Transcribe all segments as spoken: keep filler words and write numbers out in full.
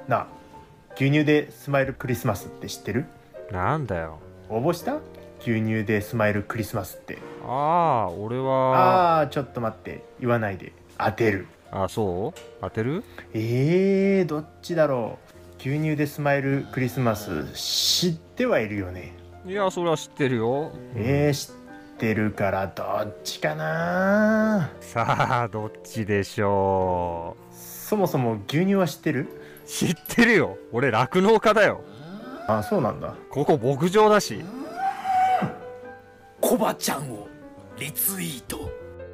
なあ、牛乳でスマイルクリスマスって知ってる？ なんだよ。 応募した？牛乳でスマイルクリスマスって。 ああ、俺は。 あーちょっと待って、言わないで。当てる。 あ、そう当てる？ えー、どっちだろう。牛乳でスマイルクリスマス知ってはいるよね。 いや、それは知ってるよ。 えー、知ってるからどっちかな。 さあ、どっちでしょそもそも牛乳は知ってる？ う。知ってるよ。俺、酪農家だよ。 あ、そうなんだ。 ここ牧場だし。 コバちゃんをリツイート。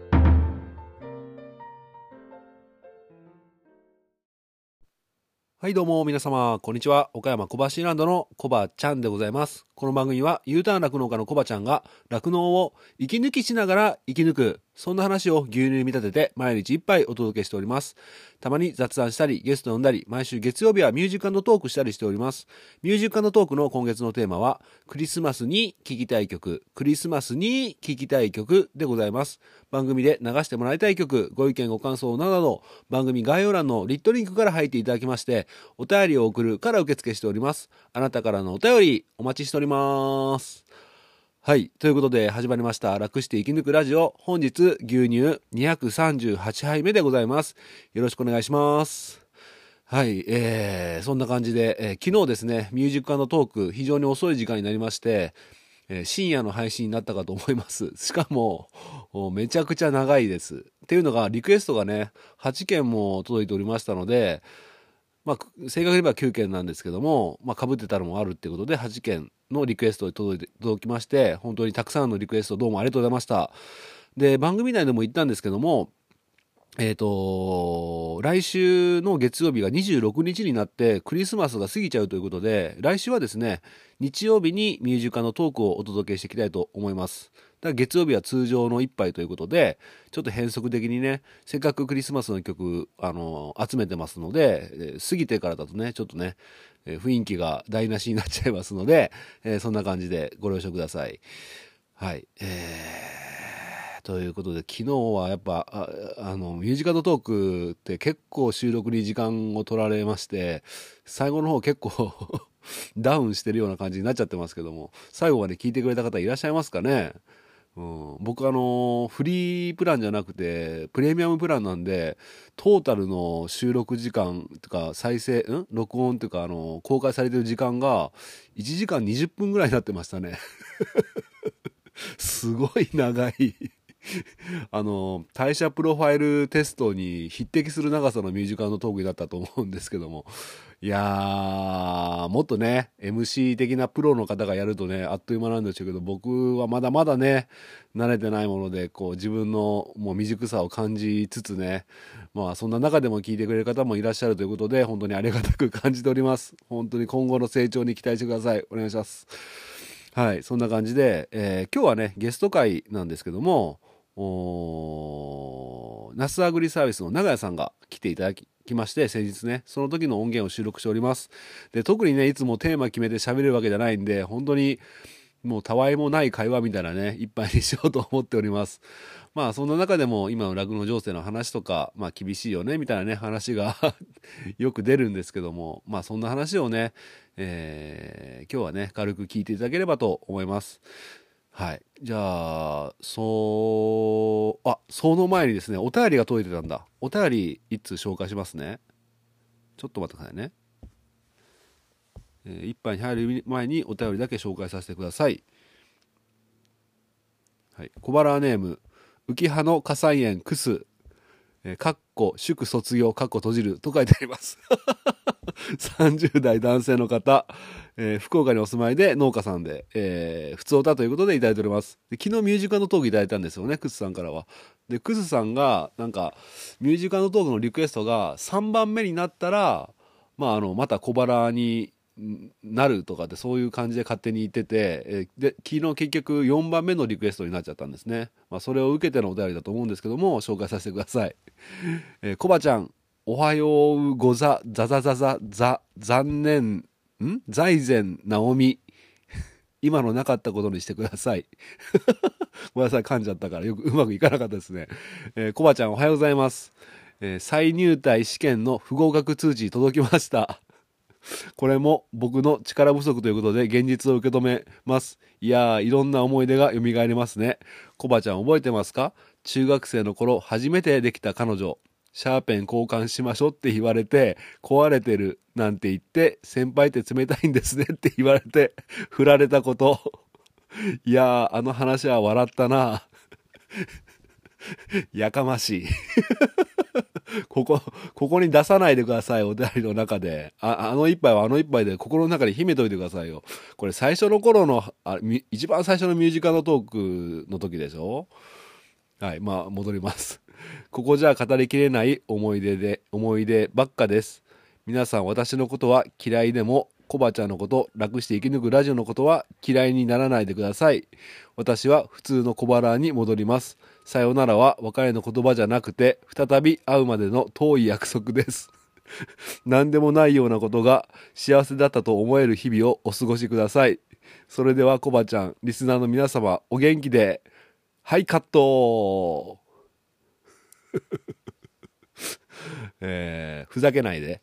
はいどうも皆様こんにちは。岡山小橋ランドのコバちゃんでございます。この番組は U ターン酪農家のコバちゃんが酪農を息抜きしながら生き抜く、そんな話を牛乳に見立てて毎日一杯お届けしております。たまに雑談したりゲスト呼んだり、毎週月曜日はミュージック&トークしたりしております。ミュージック&トークの今月のテーマはクリスマスに聴きたい曲、クリスマスに聴きたい曲でございます。番組で流してもらいたい曲、ご意見ご感想などなど番組概要欄のリットリンクから入っていただきまして、お便りを送るから受付しております。あなたからのお便りお待ちしております。はい、ということで始まりました楽して生き抜くラジオ。本日牛乳にひゃくさんじゅうはちはいめでございます。よろしくお願いします。はい、えー、そんな感じで、えー、昨日ですねミュージック&トーク非常に遅い時間になりまして、えー、深夜の配信になったかと思います。しかもめちゃくちゃ長いです。っていうのがリクエストがねはちけんも届いておりましたので、まあ、正確に言えばきゅうけんなんですけども、まあ、被ってたのもあるってことではちけんのリクエストが届いて届きまして、本当にたくさんのリクエストどうもありがとうございました。で、番組内でも言ったんですけども、えっと、来週の月曜日がにじゅうろくにちになってクリスマスが過ぎちゃうということで、来週はですね、日曜日にミュージカルのトークをお届けしていきたいと思います。だから月曜日は通常の一杯ということで、ちょっと変則的にね、せっかくクリスマスの曲、あの、集めてますので、過ぎてからだとね、ちょっとね、雰囲気が台無しになっちゃいますので、えー、そんな感じでご了承ください。はい。えー、ということで、昨日はやっぱ、あ、あの、ミュージカルトークって結構収録に時間を取られまして、最後の方結構ダウンしてるような感じになっちゃってますけども、最後まで聞いてくれた方いらっしゃいますかね？うん、僕あのフリープランじゃなくてプレミアムプランなんで、トータルの収録時間とか再生ん録音というか、あの公開されてる時間がいちじかんにじゅっぷんぐらいになってましたねすごい長いあの代謝プロファイルテストに匹敵する長さのミュージカルのトークになったと思うんですけども、いやー、もっとね エムシー 的なプロの方がやるとねあっという間なんでしょうけど、僕はまだまだね慣れてないもので、こう自分のもう未熟さを感じつつね、まあそんな中でも聞いてくれる方もいらっしゃるということで、本当にありがたく感じております。本当に今後の成長に期待してください。お願いします。はい、そんな感じで、えー、今日はねゲスト会なんですけども、ナスアグリサービスの長谷さんが来ていただきまして、先日ねその時の音源を収録しております。で、特にねいつもテーマ決めて喋るわけじゃないんで、本当にもうたわいもない会話みたいなね一杯にしようと思っております。まあそんな中でも今の酪農情勢の話とか、まあ厳しいよねみたいなね話がよく出るんですけども、まあそんな話をね、えー、今日はね軽く聞いていただければと思います。はい、じゃあそうあその前にですね、お便りが届いてたんだ。お便り一通紹介しますね。ちょっと待ってくださいね。えー、一杯に入る前にお便りだけ紹介させてください。はい、小腹ネーム浮葉の火災園クス、えー、かっこ祝卒業かっこ閉じると書いてありますさんじゅう代男性の方、えー、福岡にお住まいで農家さんで、えー、普通歌ということでいただいております。で、昨日ミュージカルのトークいただいたんですよね、クスさんからは。で、クスさんがなんかミュージカルのトークのリクエストがさんばんめになったら、まあ、あのまた小腹になるとかってそういう感じで勝手に言ってて、えー、で昨日結局よんばんめのリクエストになっちゃったんですね。まあ、それを受けてのお便りだと思うんですけども、紹介させてください。えー、コバちゃんおはようござざざざざざ残念ん財前直美今のなかったことにしてくださいごめんなさい、噛んじゃったからよくうまくいかなかったですね。えー、コバちゃんおはようございます。えー、再入隊試験の不合格通知届きましたこれも僕の力不足ということで現実を受け止めます。いやー、いろんな思い出が蘇りますね。コバちゃん覚えてますか？中学生の頃初めてできた彼女。シャーペン交換しましょうって言われて、壊れてるなんて言って、先輩って冷たいんですねって言われて、振られたこと。いやー、あの話は笑ったな。やかましい。ここ、ここに出さないでください、お便りの中で。あ、あの一杯はあの一杯で心の中に秘めといてくださいよ。これ最初の頃の、あ、一番最初のミュージカルトークの時でしょ？はい、まあ戻ります。ここじゃ語りきれない思い出で、思い出ばっかです。皆さん私のことは嫌いでも、コバちゃんのこと、楽して生き抜くラジオのことは嫌いにならないでください。私は普通の小腹に戻ります。さよならは別れの言葉じゃなくて、再び会うまでの遠い約束です。何でもないようなことが幸せだったと思える日々をお過ごしください。それではコバちゃん、リスナーの皆様、お元気で。はい、カットえー、ふざけないで。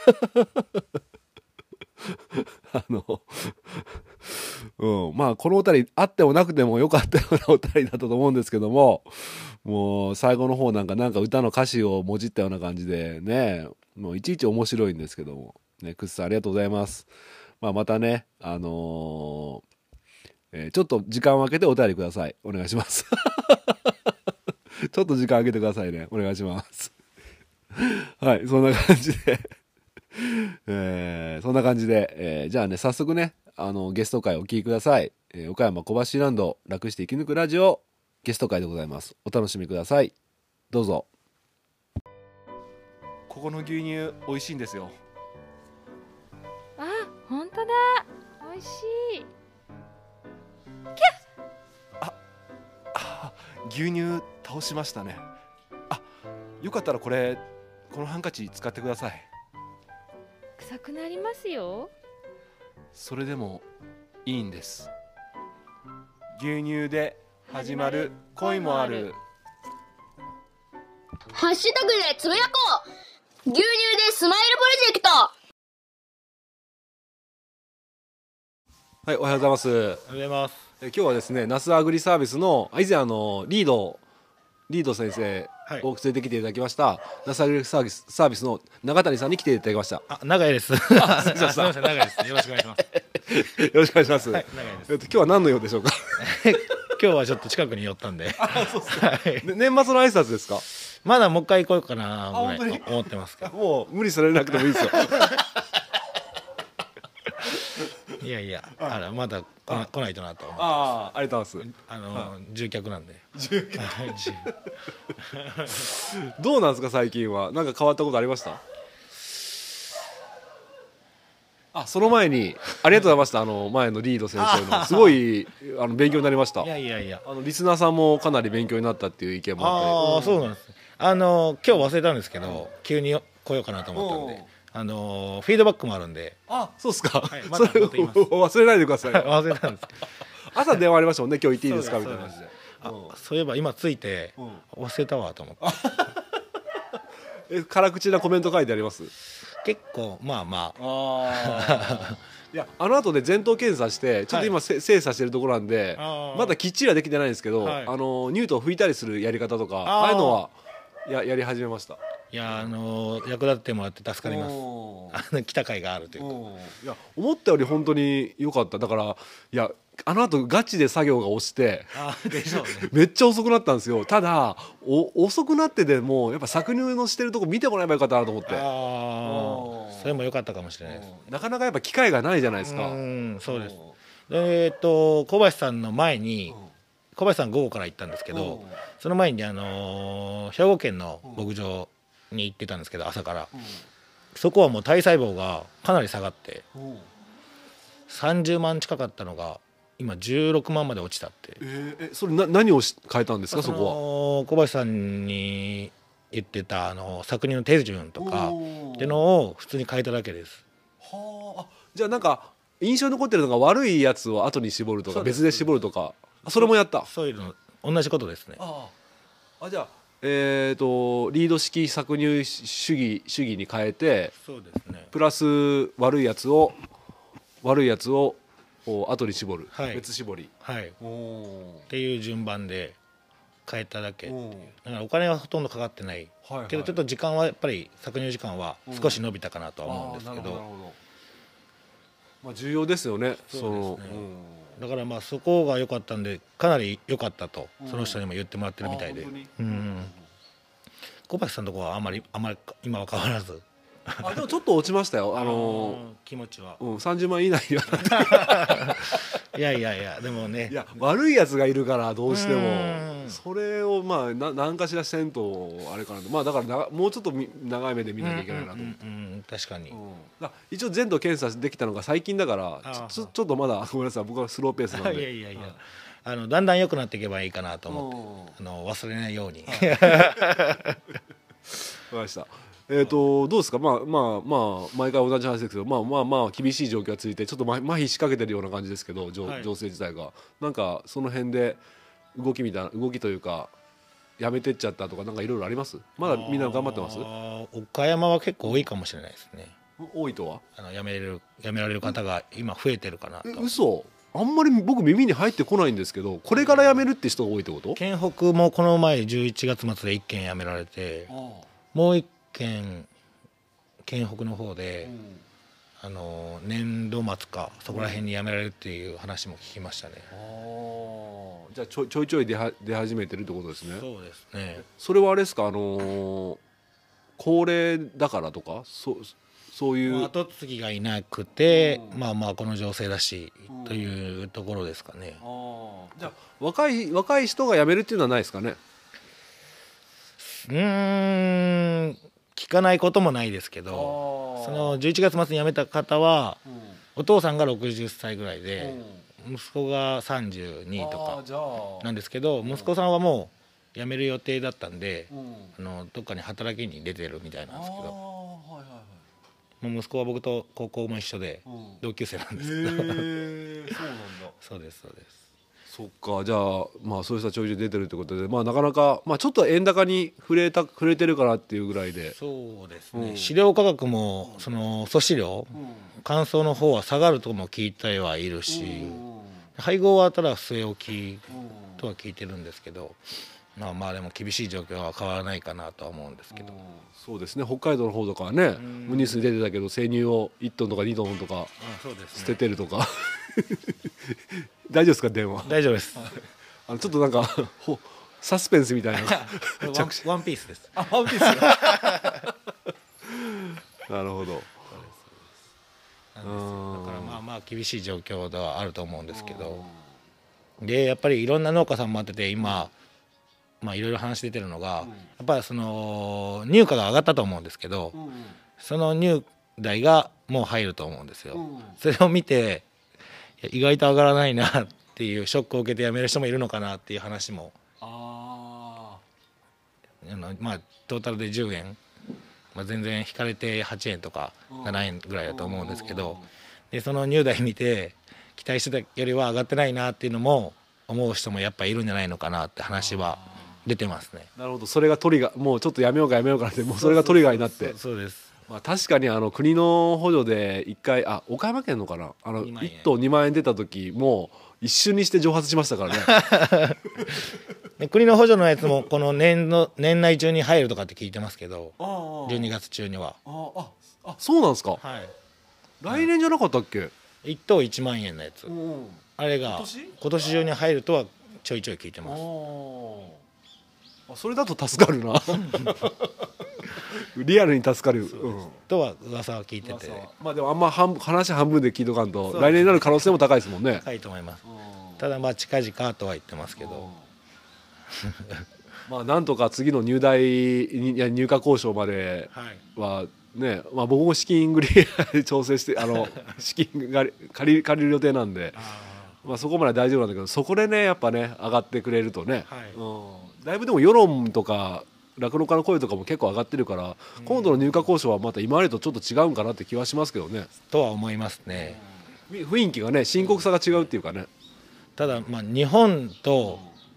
あの、うん、まあこのお便りあってもなくてもよかったようなお便りだったと思うんですけども、もう最後の方なんかなんか歌の歌詞をもじったような感じでね、もういちいち面白いんですけども、ね、クッさんありがとうございます。まあまたね、あのーえー、ちょっと時間を空けてお便りください。お願いします。ちょっと時間空けてくださいね。お願いします。はい、そんな感じで。えー、そんな感じで、えー、じゃあね、早速ね、あのゲスト会お聞きください。えー、岡山小橋ランド楽して生き抜くラジオゲスト会でございます。お楽しみください。どうぞ。ここの牛乳美味しいんですよ。 あ、本当だ。美味しい。 あ、牛乳倒しましたね。あ、よかったらこれこのハンカチ使ってください。 臭くなりますよ。 それでもいいんです。牛乳で始まる恋もある。 ハッシュタグでつぶやこう。牛乳でスマイルプロジェクト。 はい、おはようございます。 おはようございます。 え今日はですね、ナスアグリサービスの以前あのリードリード先生を連れてきていただきました、はい、ナスアグリサービスサービスの永谷さんに来ていただきました。 あ、長井です。 あ、すみません、 長井です。よろしくお願いします。 よろしくお願いします。 はい、長井です。 えっと今日は何の用でしょうか。 今日はちょっと近くに寄ったんで。 あ、そうですか。 はい、 年末の挨拶ですか。 まだもう一回行こうかなぐらい思ってますけど。 もう無理されなくてもいいですよ。 いやいや、あらまだ来な、来ないとなと思って。 ああ、ありがとうございます。 あの、はい、重客なんで。 重客。どうなんですか最近は。なんか変わったことありました？あ、その前にありがとうございました。あの前のリード先生のすごいあの勉強になりました。 いやいやいや。 あのリスナーさんもかなり勉強になったっていう意見もあって。 ああ、そうなんです。あの今日忘れたんですけど、急に来ようかなと思ったんで。あのフィードバックもあるんで。 あ、そうですか。 はい、まそれを忘れないでください。 忘れたんです。 朝電話ありましたもんね。今日行っていいですかみたいな感じで。 あ、そういえば今ついて忘れたわと思って。 え、辛口なコメント書いてあります？ 結構まあまあ。 あいや、あの後で前頭検査してちょっと今、はい、精査してるところなんでまだきっちりはできてないんですけど、はい、あのニュートを拭いたりするやり方とか あ, ああいうのはややり始めました。 いや、あのー、役立ってもらって助かります。あの来た甲斐があるというか。 いや、思ったより本当に良かった。だからいや、あの後ガチで作業が押してあでしょう、ね、 めっちゃ遅くなったんですよ。ただお遅くなってでもやっぱ搾乳のしてるとこ見てもらえばよかったなと思って。 あそれも良かったかもしれないです。 なかなかやっぱ機会がないじゃないですか。 うん、そうです。えっと小橋さんの前に小橋さん午後から行ったんですけど、その前にあのー、兵庫県の牧場に行ってたんですけど朝から、そこはもう体細胞がかなり下がってさんじゅうまん近かったのが今じゅうろくまんまで落ちたって。 えー、それな何を変えたんですか？そこは小橋さんに言ってたあの搾乳の手順とかっていうのを普通に変えただけです。 はあ、じゃあなんか印象に残ってるのが悪いやつを後に絞るとか別で絞るとか、それもやった。 そういうの同じことですね。 ああ、じゃあえー、とリード式搾乳主義主義に変えてそうですね。 プラス悪いやつを悪いやつをお後に絞る、 はい別絞り。 はい。っおていう順番で変えただけ。 おだからお金はほとんどかかってない。 はいはい、 けどちょっと時間はやっぱり搾乳時間は少し伸びたかなとは思うんですけあーなるほど、 なるほど、まあ、重要ですよね。 そうですねのだからまあそこが良かったんでかなり良かったとうんその人にも言ってもらってるみたいであー本当にうん小林さんのとこはあんまりあんまり今は変わらずあでもちょっと落ちましたよ。あのー気持ちはうん、さんじゅうまん以内にはいやいやいやでもねいや悪いやつがいるからどうしてもうんそれをまあな何かしらせんとあれかなと。まあだからなもうちょっとみ長い目で見なきゃいけないなと思って、 うんうんうん確かにうんだ一応全度検査できたのが最近だからあーちょちょちょっとまだごめんなさい僕はスローペースなんいでやいやいやはいあのだんだん良くなっていけばいいかなと思ってうんあの忘れないようにわかりました。えー、とどうですか、まあまあまあ毎回同じ話ですけど、まあまあまあ厳しい状況が続いてちょっとま麻痺しかけてるような感じですけど、情はい情勢自体がなんかその辺で動きみたいな動きというかやめてっちゃったとかなんかいろいろあります？まだみんな頑張ってますあ？ー岡山は結構多いかもしれないですね多いとは？ あの辞めれる辞められる方が今増えてるかなとえ嘘？あんまり僕耳に入ってこないんですけど、これから辞めるって人が多いってこと？ 県北もこの前じゅういちがつ末でいっけん辞められてもういっけん県北の方で、あの年度末かそこら辺に辞められるっていう話も聞きましたね、 あーじゃあちょちょいちょい出は出始めてるってことですね。 そうですねそれはあれですか、あのー高齢だからとかそそういう、 後継ぎがいなくて、 うんまあまあこの情勢だし、 うんというところですかね。 じゃあ若い若い人が辞めるっていうのはないですかね。 うーん聞かないこともないですけどそのじゅういちがつ末に辞めた方はお父さんがろくじゅっさいぐらいで、息子がさんじゅうにとかじゃあなんですけど、息子さんはもう辞める予定だったんで、 うんあのどっかに働きに出てるみたいなんですけど、 あーはいはいはいもう息子は僕と高校も一緒でうん同級生なんへですけど、 えそうなんだ。 そうですそうです。 そっか、じゃあまあそういう人はちょいちょい出てるってことで、まあなかなかまあちょっと円高に触れた触れてるかなっていうぐらいで、 そうですね、 うん飼料価格もその粗飼料乾燥の方は下がるとも聞いてはいるし、配合はただ据え置きとは聞いてるんですけど、まあまあでも厳しい状況は変わらないかなとは思うんですけど、 そうですね、北海道の方とかはね、 んニュースに出てたけど生乳をいっトンとかにトンとかあそうです捨ててるとか大丈夫ですか電話？ 大丈夫ですあのちょっとなんかほサスペンスみたいなワンワンピースですあワンピースなるほど。 なんですよだからまあまあ厳しい状況ではあると思うんですけど、でやっぱりいろんな農家さんもあってて今まあいろいろ話出てるのが、やっぱりその入荷が上がったと思うんですけど、その入代がもう入ると思うんですよ、それを見ていや意外と上がらないなっていうショックを受けて辞める人もいるのかなっていう話もああのまあトータルでじゅうえん、まあ、全然引かれてはちえんとかななえんぐらいだと思うんですけど、でその入代見て期待してたよりは上がってないなっていうのも思う人もやっぱいるんじゃないのかなって話は出てますね。 なるほど、それがトリガー、もうちょっとやめようかやめようかってもうそれがトリガーになってそうそうですまあ、確かにあの国の補助でいっかいあ岡山県のかなあのにまんえんいっ頭にまんえん出た時もう一瞬にして蒸発しましたからねで国の補助のやつもこの年の年内中に入るとかって聞いてますけどあじゅうにがつ中にはあああそうなんですか、 はい来年じゃなかったっけ、 いっ頭いちまんえんのやつうんあれが今年今年中に入るとはちょいちょい聞いてます。 あそれだと助かるなリアルに助かる、うんとは噂は聞いててまあでもあんま半話半分で聞いとかんと来年になる可能性も高いですもんね。 高いと思います。ただまあ近々とは言ってますけど、 まあなんとか次の入大にいや入荷交渉まではいはね、まあ僕も資金繰りで調整してあの資金が借り借りる予定なんで、まあそこまで大丈夫なんだけど、そこでねやっぱね上がってくれるとね、 はいうん、だいぶでも世論とか酪農家の声とかも結構上がってるから、今度の入荷交渉はまた今までとちょっと違うんかなって気はしますけどね。 とは思いますね。 雰囲気がね深刻さが違うっていうかね。 ただまあ日本と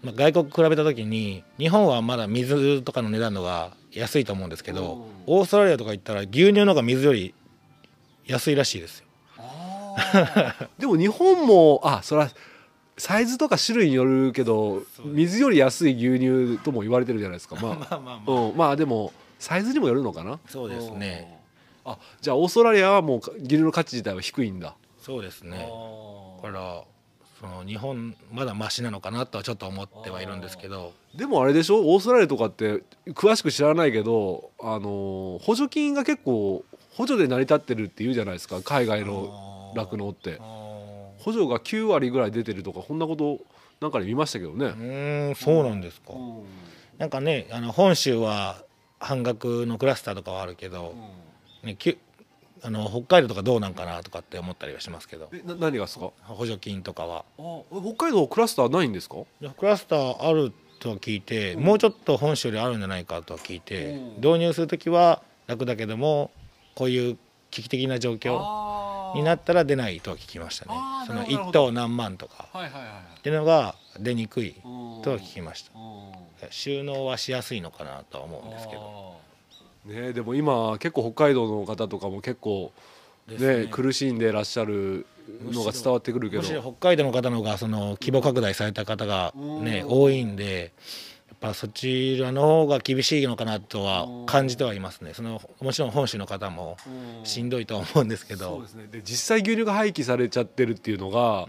まあ、外国比べた時に日本はまだ水とかの値段のが安いと思うんですけど、オーストラリアとか行ったら牛乳の方が水より安いらしいですよ。 でも日本もあそれはサイズとか種類によるけど水より安い牛乳とも言われてるじゃないですか。まあまあまあまあ、 うん、まあでもサイズにもよるのかな。 そうですね。 あじゃあオーストラリアはもう牛乳の価値自体は低いんだ。 そうですね。だからその日本まだマシなのかなとはちょっと思ってはいるんですけど。 でもあれでしょ、オーストラリアとかって詳しく知らないけどあの補助金が結構補助で成り立ってるっていうじゃないですか、海外の酪農って。補助がきゅうわりぐらい出てるとかこんなことなんかで見ましたけどね。 うーんそうなんですか。なんかねあの本州は半額のクラスターとかはあるけど、ね、きゅあの北海道とかどうなんかなとかって思ったりはしますけど。 えな何がですか。 補助金とかはあ北海道クラスターないんですか。 いやクラスターあるとは聞いて、もうちょっと本州よりあるんじゃないかとは聞いて、導入する時は楽だけどもこういう危機的な状況になったら出ないとは聞きましたね。そのいっ頭何万とかっていうのが出にくいとは聞きました。収納はしやすいのかなとは思うんですけどね。でも今結構北海道の方とかも結構ね苦しんでらっしゃるのが伝わってくるけど、 むしろ北海道の方の方がその規模拡大された方がね多いんで、やっぱそちらの方が厳しいのかなとは感じてはいますね。そのもちろん本州の方もしんどいとは思うんですけど。 そうですね。で実際牛乳が廃棄されちゃってるっていうのが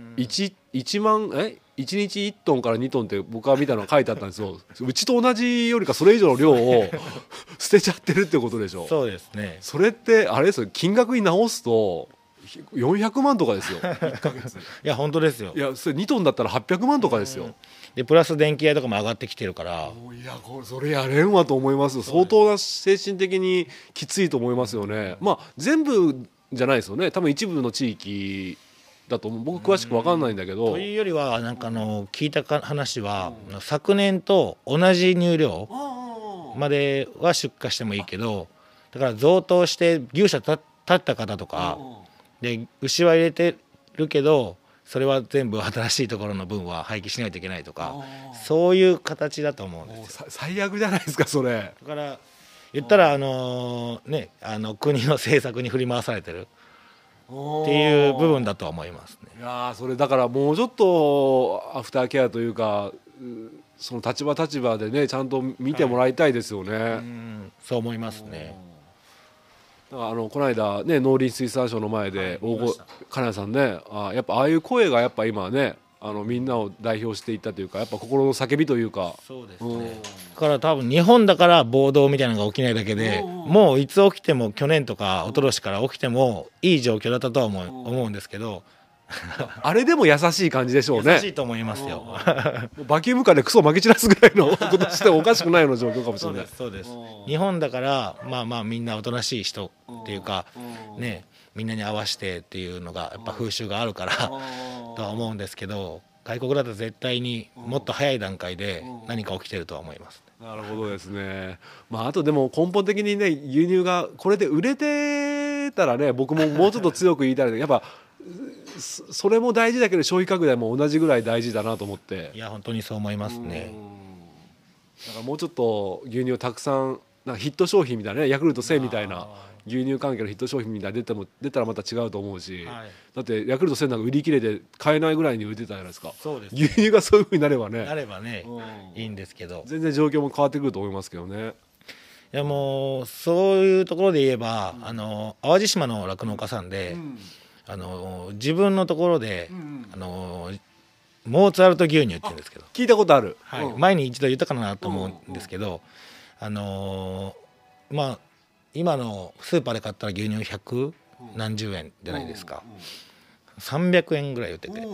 1, 1万えいちにちいちトンからにトンって僕は見たのが書いてあったんですよ。うちと同じよりかそれ以上の量を捨てちゃってるってことでしょ。 そうですね。 それってあれですよ、金額に直すとよんひゃくまんとかですよいっかげつ。 いや本当ですよ。 いやそれにトンだったらはっぴゃくまんとかですよ。 でプラス電気代とかも上がってきてるから。 いやこれそれやれんわと思いますよ。相当な精神的にきついと思いますよね。まあ全部じゃないですよね、多分一部の地域だと思う。僕詳しく分かんないんだけど。 というよりはなんかあの聞いたか話は、昨年と同じ乳量までは出荷してもいいけど、だから贈答して牛舎立った方とかで牛は入れてるけどそれは全部新しいところの分は廃棄しないといけないとか、そういう形だと思うんですよ。 最悪じゃないですかそれ。 だから言ったらあのねあの国の政策に振り回されてるっていう部分だとは思いますね。 いやそれだからもうちょっとアフターケアというかその立場立場でねちゃんと見てもらいたいですよね。 はい、うんそう思いますね。 だからあのこの間ね農林水産省の前で大御金谷さんね、あやっぱああいう声がやっぱ今ねあのみんなを代表していったというかやっぱ心の叫びというか。 そうですね。だから多分日本だから暴動みたいなのが起きないだけで、もういつ起きても去年とか一昨年から起きてもいい状況だったとは思う思うんですけど。 あれでも優しい感じでしょうね。 優しいと思いますよ。 バキュームカーでクソまき散らすぐらいのことしてもおかしくないような状況かもしれない。 そうですそうです。日本だからまあまあみんなおとなしい人っていうかねみんなに合わせてっていうのがやっぱ風習があるからとは思うんですけど、外国だと絶対にもっと早い段階で何か起きてるとは思います。 なるほどですね。まああとでも根本的にね牛乳がこれで売れてたらね僕ももうちょっと強く言いたいけどやっぱそれも大事だけど消費拡大も同じぐらい大事だなと思って。 いや本当にそう思いますね。 だからもうちょっと牛乳をたくさんなんかヒット商品みたいなねヤクルトせんみたいな牛乳関係のヒット商品みたいな出ても出たらまた違うと思うし、はい、だってヤクルトせんなんか売り切れで買えないぐらいに売れてたじゃないですか。 そうですね、 牛乳がそういう風になればねなればねいいんですけど全然状況も変わってくると思いますけどね。 いやもうそういうところで言えば、うん、あの淡路島の酪農家さんで、うん、あの自分のところで、うん、あのモーツァルト牛乳って言うんですけど聞いたことある、 はいうん、前に一度言ったかなと思うんですけど、うん、あのまあ今のスーパーで買ったら牛乳ひゃくなんじゅうえんじゃないですか、うんうん、さんびゃくえんぐらい売ってて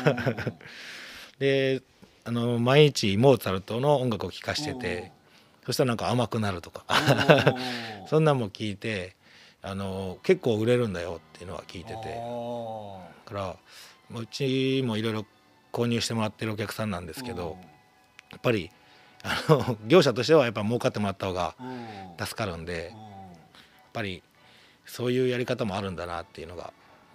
であの毎日モーツァルトの音楽を聴かしてて、そしたらなんか甘くなるとかそんなんも聞いてあの結構売れるんだよっていうのは聞いてて、だからうちもいろいろ購入してもらってるお客さんなんですけど、やっぱりあの業者としてはやっぱ儲かってもらった方が助かるんで、やっぱりそういうやり方もあるんだなっていうのが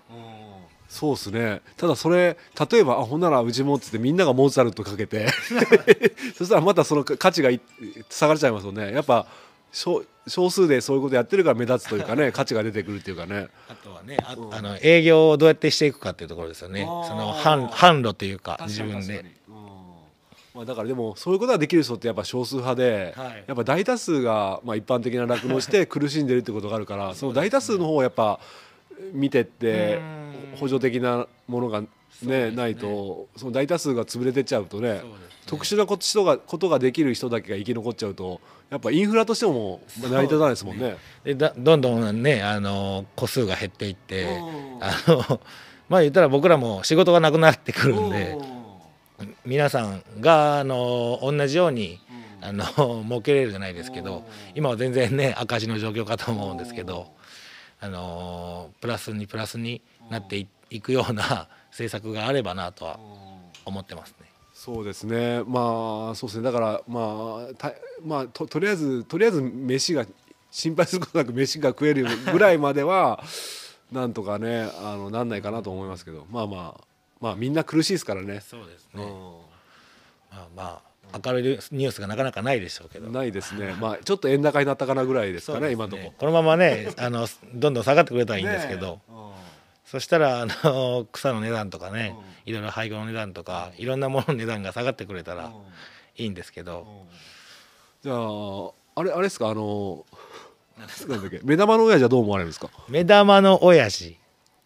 そうですね。ただそれ例えばあほんならうちもっつってみんながモーツァルトかけてそしたらまたその価値が下がっちゃいますよね。やっぱ少少数でそういうことやってるから目立つというかね価値が出てくるっていうかね。 あとはね あ,、うん、あの営業をどうやってしていくかっていうところですよね。その販販路というか自分で、うんまあ、だからでもそういうことができる人ってやっぱ少数派で、はい、やっぱ大多数がまあ一般的な酪農して苦しんでるってことがあるからその大多数の方をやっぱ見てって補助的なものが、ねね、ないとその大多数が潰れてっちゃうと ね, ね特殊なことがことができる人だけが生き残っちゃうとやっぱインフラとしても成り立たないですもんね。 でだどんどんねあの個数が減っていってあのまあ言ったら僕らも仕事がなくなってくるんで皆さんがあの同じようにあの儲けれるじゃないですけど今は全然ね赤字の状況かと思うんですけどあのプラスにプラスになっていいくような政策があればなとは思ってますね。 そうですね。まあそうですね。だからまあたまあ と, とりあえずとりあえず飯が心配することなく飯が食えるぐらいまではなんとかねあのなんないかなと思いますけど、まあまあまあみんな苦しいですからね。 そうですね。まあまあ明るいニュースがなかなかないでしょうけど。 ないですね。まあちょっと円高になったかなぐらいですか ね, ね今のところ。 このままねあのどんどん下がってくれたらいいんですけど。ねそしたらあの草の値段とかね、うん、いろいろ配合の値段とか、うん、いろんなものの値段が下がってくれたらいいんですけど、 うん、じゃああれあれですかあのなんだっけ目玉の親父はどう思われるんですか。 目玉の親父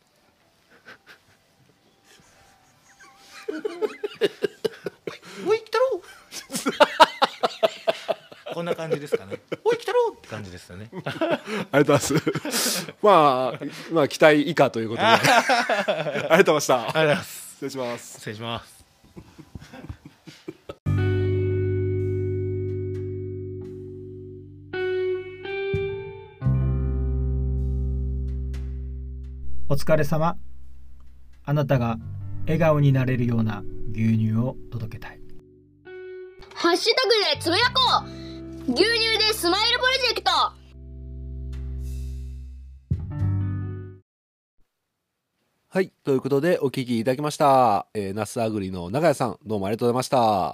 おい来たろこんな感じですかね。おい来たろって感じですよね。 ありがとうございます。まあまあ期待以下ということでありがとうございました。 ありがとうございます。 失礼します。 失礼します。 お疲れ様。あなたが笑顔になれるような牛乳を届けたい。 ハッシュタグでつぶやこう。牛乳でスマイルプロジェクト。 はいということでお聞きいただきました、えー、ナスアグリの長谷さんどうもありがとうございました。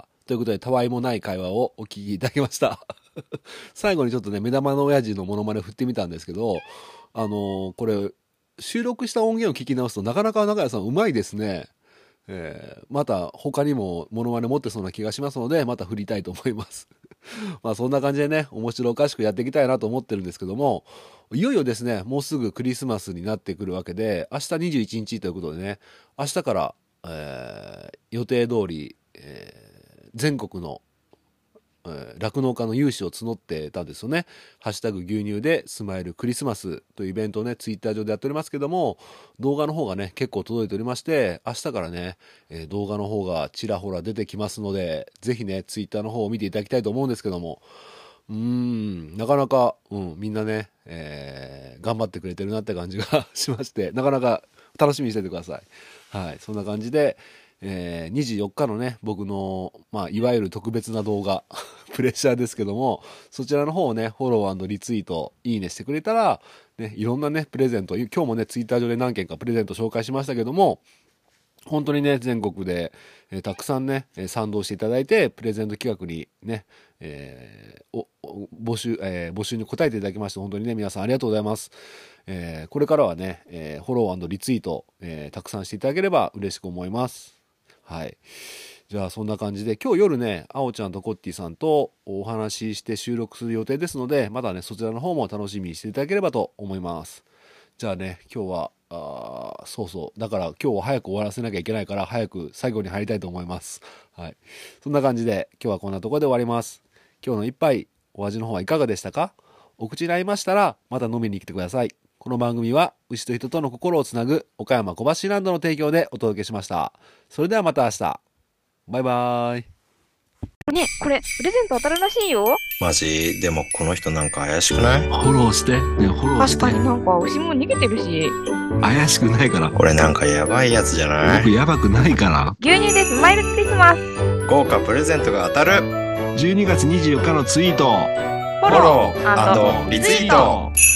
ということでたわいもない会話をお聞きいただきました最後にちょっとね目玉の親父のモノマネ振ってみたんですけどあのー、これ収録した音源を聞き直すとなかなか長谷さんうまいですね。えー、また他にもモノマネ持ってそうな気がしますのでまた振りたいと思いますまあそんな感じでね面白おかしくやっていきたいなと思ってるんですけどもいよいよですねもうすぐクリスマスになってくるわけで明日にじゅういちにちということでね明日から、えー、予定通り、えー、全国の酪農家の有志を募ってたんですよね。ハッシュタグ牛乳でスマイルクリスマスというイベントをねツイッター上でやっておりますけども動画の方がね結構届いておりまして明日からね、えー、動画の方がちらほら出てきますのでぜひねツイッターの方を見ていただきたいと思うんですけどもうーんなかなか、うん、みんなね、えー、頑張ってくれてるなって感じがしましてなかなか楽しみにしててください。はいそんな感じでえー、にじゅうよっかのね僕の、まあ、いわゆる特別な動画プレッシャーですけどもそちらの方をねフォロー&リツイートいいねしてくれたら、ね、いろんなねプレゼント今日もねツイッター上で何件かプレゼント紹介しましたけども本当にね全国で、えー、たくさんね賛同していただいてプレゼント企画にね、えー、おお募集、えー、募集に答えていただきまして本当にね皆さんありがとうございます。えー、これからはね、えー、フォロー&リツイート、えー、たくさんしていただければ嬉しく思います。はい。じゃあそんな感じで今日夜ねあおちゃんとコッティさんとお話しして収録する予定ですのでまたねそちらの方も楽しみにしていただければと思います。じゃあね今日はあそうそうだから今日は早く終わらせなきゃいけないから早く最後に入りたいと思います。はい。そんな感じで今日はこんなところで終わります。今日の一杯お味の方はいかがでしたか。お口に合いましたらまた飲みに来てください。この番組は牛と人との心をつなぐ岡山小橋ランドの提供でお届けしました。それではまた明日。バイバーイ。 ねえ、これプレゼント当たるらしいよ。 マジ？でもこの人なんか怪しくない？ フォローして。ね、フォローして。 確かになんか牛も逃げてるし。 怪しくないから。 これなんかやばいやつじゃない？ 僕やばくないから。 牛乳でスマイルクリスマス。 豪華プレゼントが当たる。 じゅうにがつにじゅうよっかのツイート。 フォロー&リツイート。